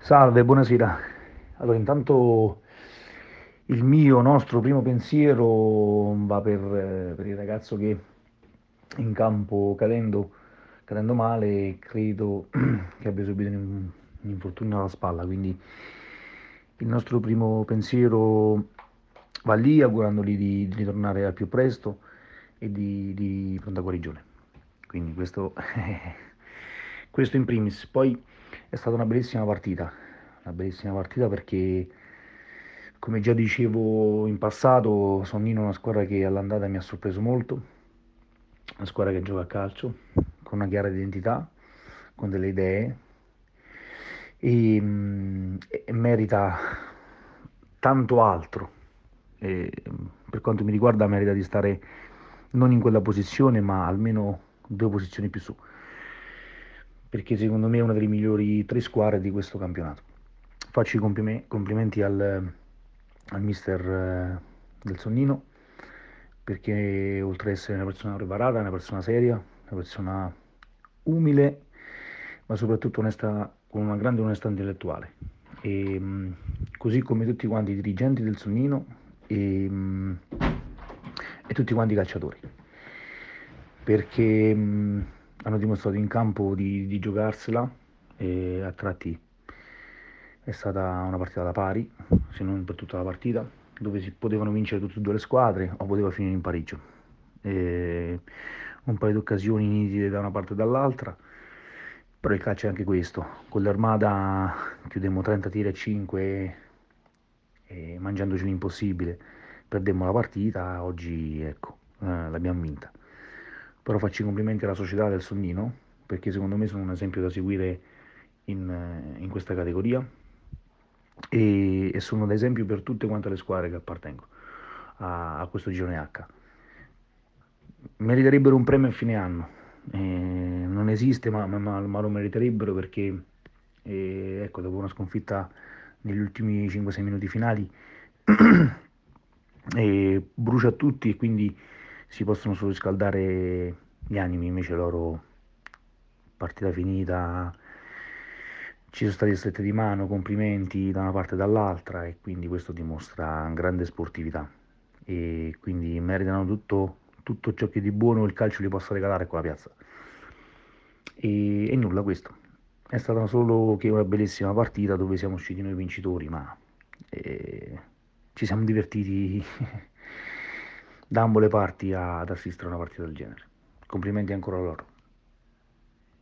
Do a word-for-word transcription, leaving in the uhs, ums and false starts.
Salve, buonasera. Allora, intanto il mio nostro primo pensiero va per, eh, per il ragazzo che in campo cadendo, cadendo male, credo che abbia subito un, un infortunio alla spalla, quindi il nostro primo pensiero va lì augurandogli di, di ritornare al più presto e di, di pronta guarigione. Quindi questo, questo in primis. Poi è stata una bellissima partita, una bellissima partita perché, come già dicevo in passato, Sonnino è una squadra che all'andata mi ha sorpreso molto, una squadra che gioca a calcio, con una chiara identità, con delle idee e, mm, e merita tanto altro. E, mm, per quanto mi riguarda merita di stare non in quella posizione, ma almeno due posizioni più su, perché secondo me è una delle migliori tre squadre di questo campionato. Faccio i complime- complimenti al, al mister eh, del Sonnino, perché oltre ad essere una persona preparata, è una persona seria, una persona umile, ma soprattutto onesta, con una grande onestà intellettuale. E, mh, così come tutti quanti i dirigenti del Sonnino e, mh, e tutti quanti i calciatori, perché mh, hanno dimostrato in campo di, di giocarsela e a tratti è stata una partita da pari, se non per tutta la partita, dove si potevano vincere tutte e due le squadre o poteva finire in pareggio. E un paio di occasioni nitide da una parte e dall'altra, però il calcio è anche questo. Con l'Armada chiudemmo trenta tiri a cinque e mangiandoci l'impossibile perdemmo la partita, oggi ecco, eh, l'abbiamo vinta. Però faccio i complimenti alla società del Sonnino, perché secondo me sono un esempio da seguire in, eh, in questa categoria e, e sono d'esempio per tutte quante le squadre che appartengono a, a questo girone H. Meriterebbero un premio a fine anno. Eh, non esiste, ma, ma- ma- ma lo meriterebbero perché, eh, ecco, dopo una sconfitta negli ultimi cinque sei minuti finali, eh, brucia tutti e quindi si possono solo riscaldare gli animi, invece loro, partita finita, ci sono state strette di mano, complimenti da una parte e dall'altra e quindi questo dimostra grande sportività e quindi meritano tutto, tutto ciò che di buono il calcio gli possa regalare qua a piazza. E, e nulla, questo. È stata solo che una bellissima partita dove siamo usciti noi vincitori, ma eh, ci siamo divertiti da ambo le parti a- ad assistere a una partita del genere. Complimenti ancora a loro.